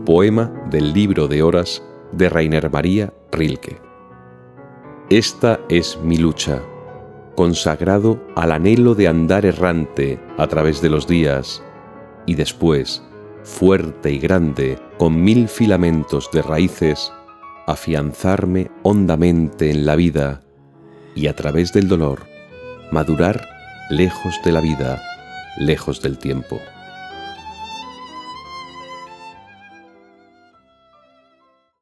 Poema del libro de horas de Rainer Maria Rilke. Esta es mi lucha, consagrado al anhelo de andar errante a través de los días, y después, fuerte y grande, con 1000 filamentos de raíces, afianzarme hondamente en la vida y a través del dolor, madurar lejos de la vida, lejos del tiempo.